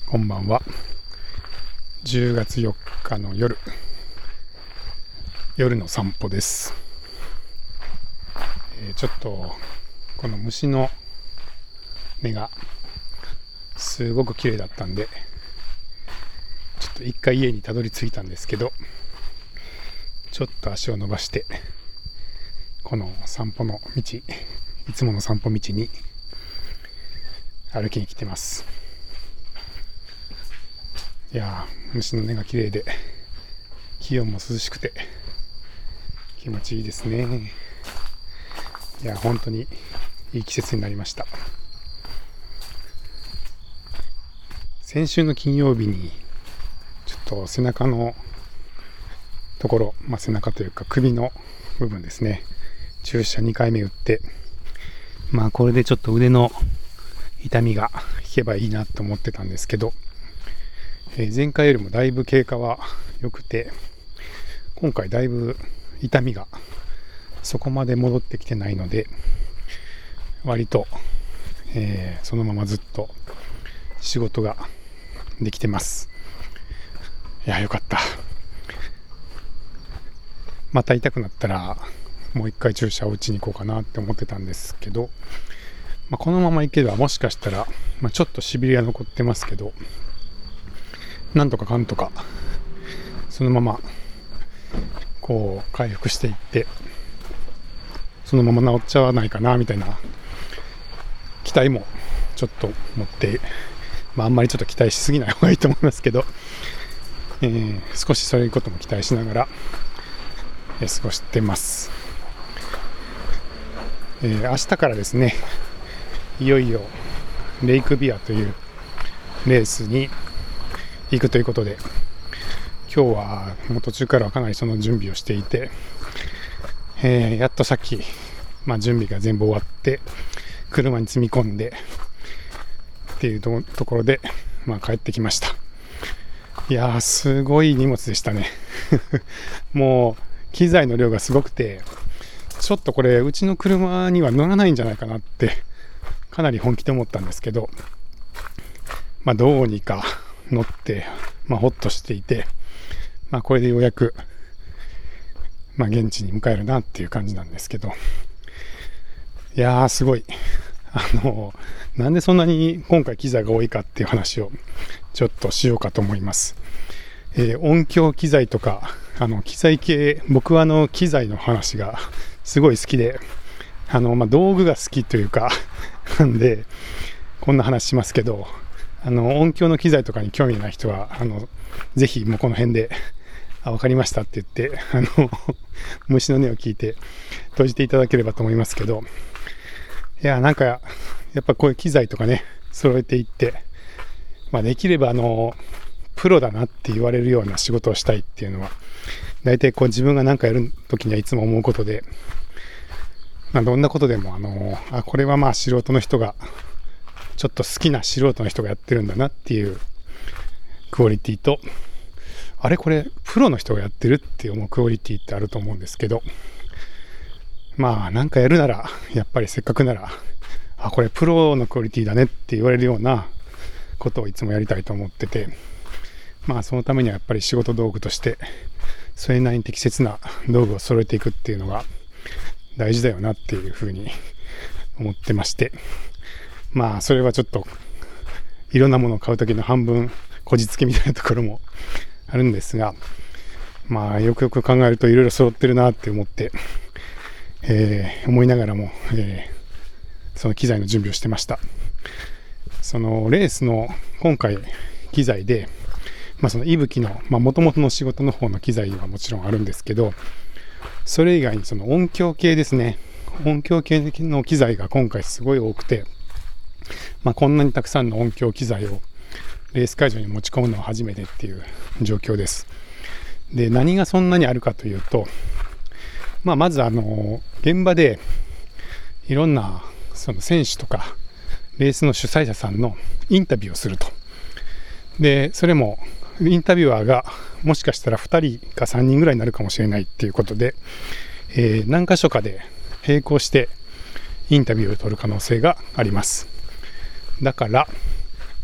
こんばんは。10月4日の夜の散歩です。ちょっとこの虫の目がすごく綺麗だったんで、ちょっと一回家にたどり着いたんですけど、ちょっと足を伸ばしてこの散歩の道、いつもの散歩道に歩きに来てます。いやー、虫の音が綺麗で気温も涼しくて気持ちいいですね。いや、本当にいい季節になりました。先週の金曜日にちょっと背中のところ、背中というか首の部分ですね、注射2回目打って、これでちょっと腕の痛みが引けばいいなと思ってたんですけど、前回よりもだいぶ経過は良くて、今回だいぶ痛みがそこまで戻ってきてないので、割と、そのままずっと仕事ができてます。いや、よかった。また痛くなったらもう一回注射を打ちに行こうかなって思ってたんですけど、このままいけばもしかしたら、ちょっとしびれが残ってますけど、なんとかかんとかそのままこう回復していって、そのまま治っちゃわないかなみたいな期待もちょっと持って、あんまりちょっと期待しすぎない方がいいと思いますけど、少しそういうことも期待しながら、過ごしてます。明日からですね、いよいよレイクビアというレースに行くということで、今日はもう途中からはかなりその準備をしていて、やっとさっき、準備が全部終わって車に積み込んでっていうところで、帰ってきました。いやー、すごい荷物でしたねもう機材の量がすごくて、ちょっとこれうちの車には乗らないんじゃないかなってかなり本気で思ったんですけど、どうにか乗って、ほっとしていて、これでようやく、現地に向かえるなっていう感じなんですけど、いやー、すごい。なんでそんなに今回機材が多いかっていう話をちょっとしようかと思います。音響機材とか機材系、僕は機材の話がすごい好きで、道具が好きというかなんでこんな話しますけど、音響の機材とかに興味ない人はぜひもうこの辺で分かりましたって言って虫の音を聞いて閉じていただければと思いますけど、いや、やっぱこういう機材とかね揃えていって、できればプロだなって言われるような仕事をしたいっていうのは大体こう自分が何かやるときにはいつも思うことで、どんなことでもこれは素人の人が、ちょっと好きな素人の人がやってるんだなっていうクオリティと、これプロの人がやってるって思うクオリティってあると思うんですけど、なんかやるならやっぱりせっかくならこれプロのクオリティだねって言われるようなことをいつもやりたいと思ってて、そのためにはやっぱり仕事道具としてそれなりに適切な道具を揃えていくっていうのが大事だよなっていうふうに思ってまして、それはちょっといろんなものを買う時の半分こじつけみたいなところもあるんですが、よくよく考えるといろいろ揃ってるなって思って、思いながらも、その機材の準備をしてました。そのレースの今回機材で、そのいぶきの元々の仕事の方の機材はもちろんあるんですけど、それ以外にその音響系ですね、音響系の機材が今回すごい多くて、こんなにたくさんの音響機材をレース会場に持ち込むのは初めてっていう状況です。で、何がそんなにあるかというと、まず現場でいろんなその選手とかレースの主催者さんのインタビューをすると。で、それもインタビュアーがもしかしたら2人か3人ぐらいになるかもしれないっていうことで、何箇所かで並行してインタビューを取る可能性があります。だから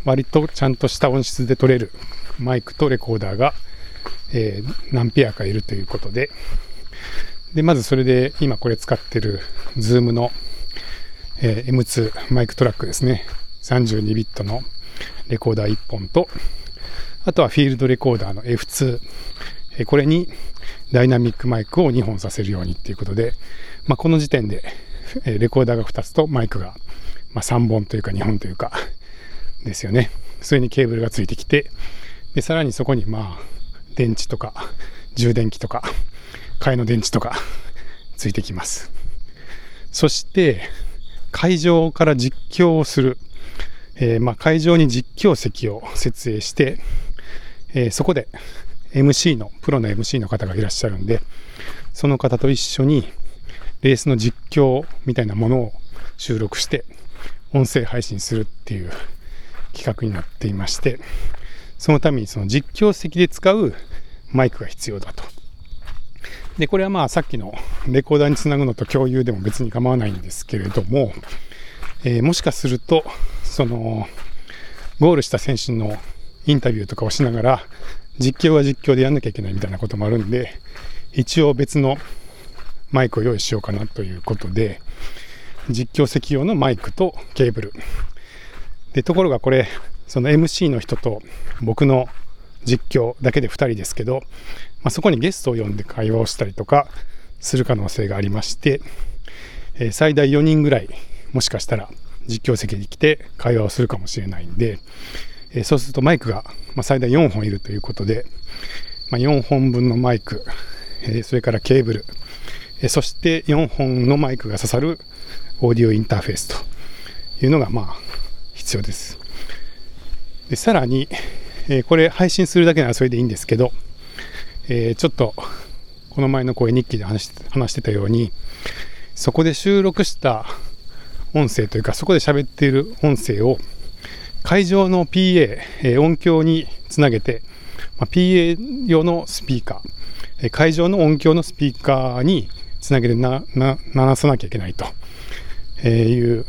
割とちゃんとした音質で撮れるマイクとレコーダーが、何ペアかいるということで、まずそれで今これ使ってる Zoom の、M2 マイクトラックですね。32ビットのレコーダー1本と、あとはフィールドレコーダーの F2、これにダイナミックマイクを2本させるようにっていうことで、この時点でレコーダーが2つとマイクが3本というか2本というかですよね。それにケーブルがついてきて、でさらにそこに電池とか充電器とか替えの電池とかついてきます。そして会場から実況をする、会場に実況席を設営して、そこで プロの MC の方がいらっしゃるんで、その方と一緒にレースの実況みたいなものを収録して音声配信するっていう企画になっていまして、そのためにその実況席で使うマイクが必要だと。でこれはさっきのレコーダーにつなぐのと共有でも別に構わないんですけれども、もしかするとそのゴールした選手のインタビューとかをしながら実況は実況でやんなきゃいけないみたいなこともあるんで、一応別のマイクを用意しようかなということで、実況席用のマイクとケーブルで、ところがこれその MC の人と僕の実況だけで2人ですけど、そこにゲストを呼んで会話をしたりとかする可能性がありまして、最大4人ぐらいもしかしたら実況席に来て会話をするかもしれないんで、そうするとマイクが最大4本いるということで、4本分のマイク、それからケーブル、そして4本のマイクが刺さるオーディオインターフェースというのが必要です。でさらに、これ配信するだけならそれでいいんですけど、ちょっとこの前の声日記で話してたように、そこで収録した音声というか、そこで喋っている音声を会場の PA、音響につなげて、PA 用のスピーカー、会場の音響のスピーカーにつなげて鳴らさなきゃいけないという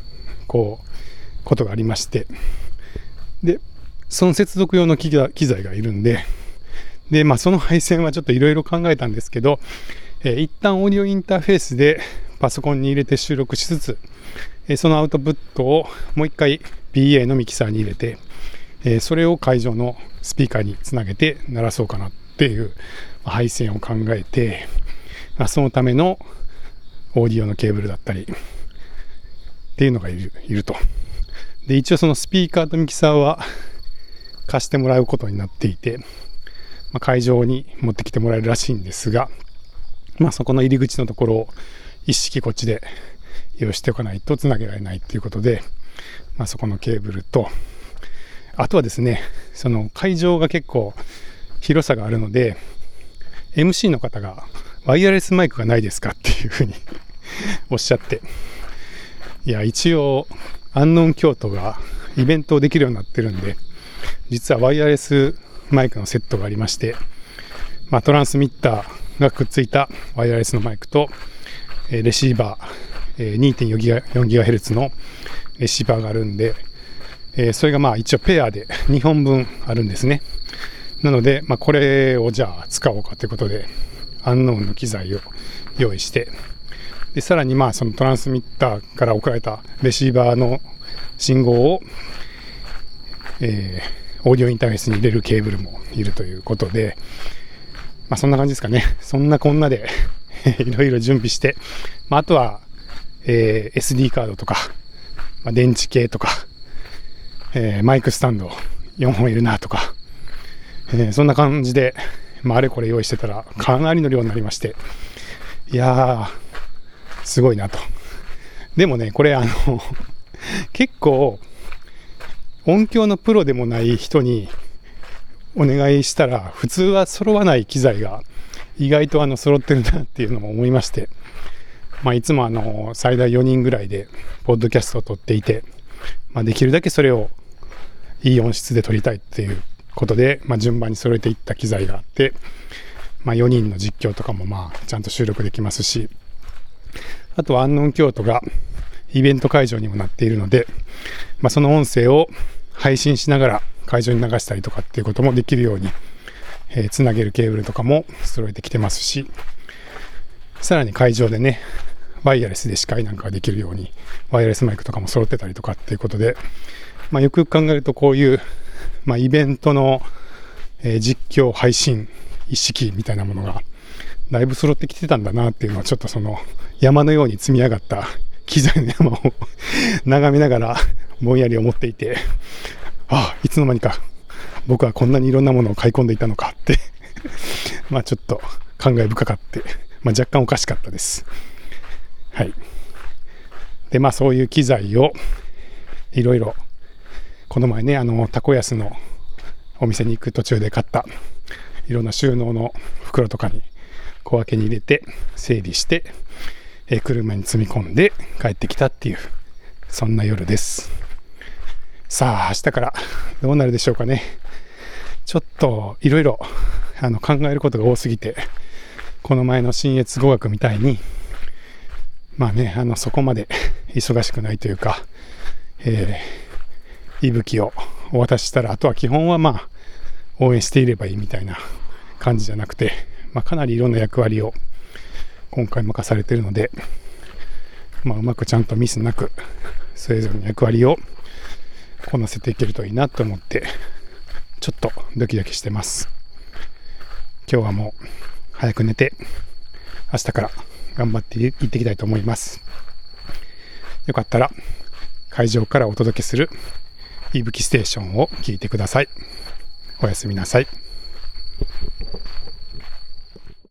ことがありまして、でその接続用の機材がいるんで、その配線はちょっといろいろ考えたんですけど、一旦オーディオインターフェースでパソコンに入れて収録しつつ、そのアウトプットをもう一回 PA のミキサーに入れて、それを会場のスピーカーにつなげて鳴らそうかなっていう配線を考えて、そのためのオーディオのケーブルだったりっていうのがいると。で一応そのスピーカーとミキサーは貸してもらうことになっていて、会場に持ってきてもらえるらしいんですが、そこの入り口のところを一式こっちで用意しておかないとつなげられないということで、そこのケーブルと、あとはですね、その会場が結構広さがあるので MC の方がワイヤレスマイクがないですかっていうふうにおっしゃって、いや一応安納京都がイベントをできるようになってるんで、実はワイヤレスマイクのセットがありまして、トランスミッターがくっついたワイヤレスのマイクと、レシーバー、2.4GHz のレシーバーがあるんで、それが一応ペアで2本分あるんですね。なので、これをじゃあ使おうかということでアンノーンの機材を用意して、でさらにそのトランスミッターから送られたレシーバーの信号を、オーディオインターフェースに入れるケーブルもいるということで、そんな感じですかね。そんなこんなでいろいろ準備して、あとは、SD カードとか、電池系とか、マイクスタンド4本いるなとか、そんな感じで、あれこれ用意してたらかなりの量になりまして、いやーすごいなと。でもね、これ結構音響のプロでもない人にお願いしたら普通は揃わない機材が意外と揃ってるなっていうのも思いまして、いつも最大4人ぐらいでポッドキャストを撮っていて、できるだけそれをいい音質で撮りたいっていうことで、順番に揃えていった機材があって、4人の実況とかもちゃんと収録できますし、あとは安納京都がイベント会場にもなっているので、その音声を配信しながら会場に流したりとかっていうこともできるように、つなげるケーブルとかも揃えてきてますし、さらに会場でね、ワイヤレスで司会なんかができるようにワイヤレスマイクとかも揃ってたりとかっていうことで、よくよく考えるとこういう、イベントの、実況配信一式みたいなものがだいぶ揃ってきてたんだなっていうのは、ちょっとその山のように積み上がった機材の山を眺めながらぼんやり思っていて、いつの間にか僕はこんなにいろんなものを買い込んでいたのかってちょっと感慨深かって、若干おかしかったです。はい。で、そういう機材をいろいろ、この前ね、タコヤスのお店に行く途中で買ったいろんな収納の袋とかに小分けに入れて整理して、車に積み込んで帰ってきたっていう、そんな夜です。さあ、明日からどうなるでしょうかね。ちょっといろいろ考えることが多すぎて、この前の信越語学みたいにそこまで忙しくないというか、息吹をお渡ししたら、あとは基本は応援していればいいみたいな感じじゃなくて、かなりいろんな役割を今回任されているので、うまくちゃんとミスなくそれぞれの役割をこなせていけるといいなと思って、ちょっとドキドキしてます。今日はもう早く寝て、明日から頑張って行っていきたいと思います。よかったら会場からお届けするいぶきステーションを聞いてください。おやすみなさい。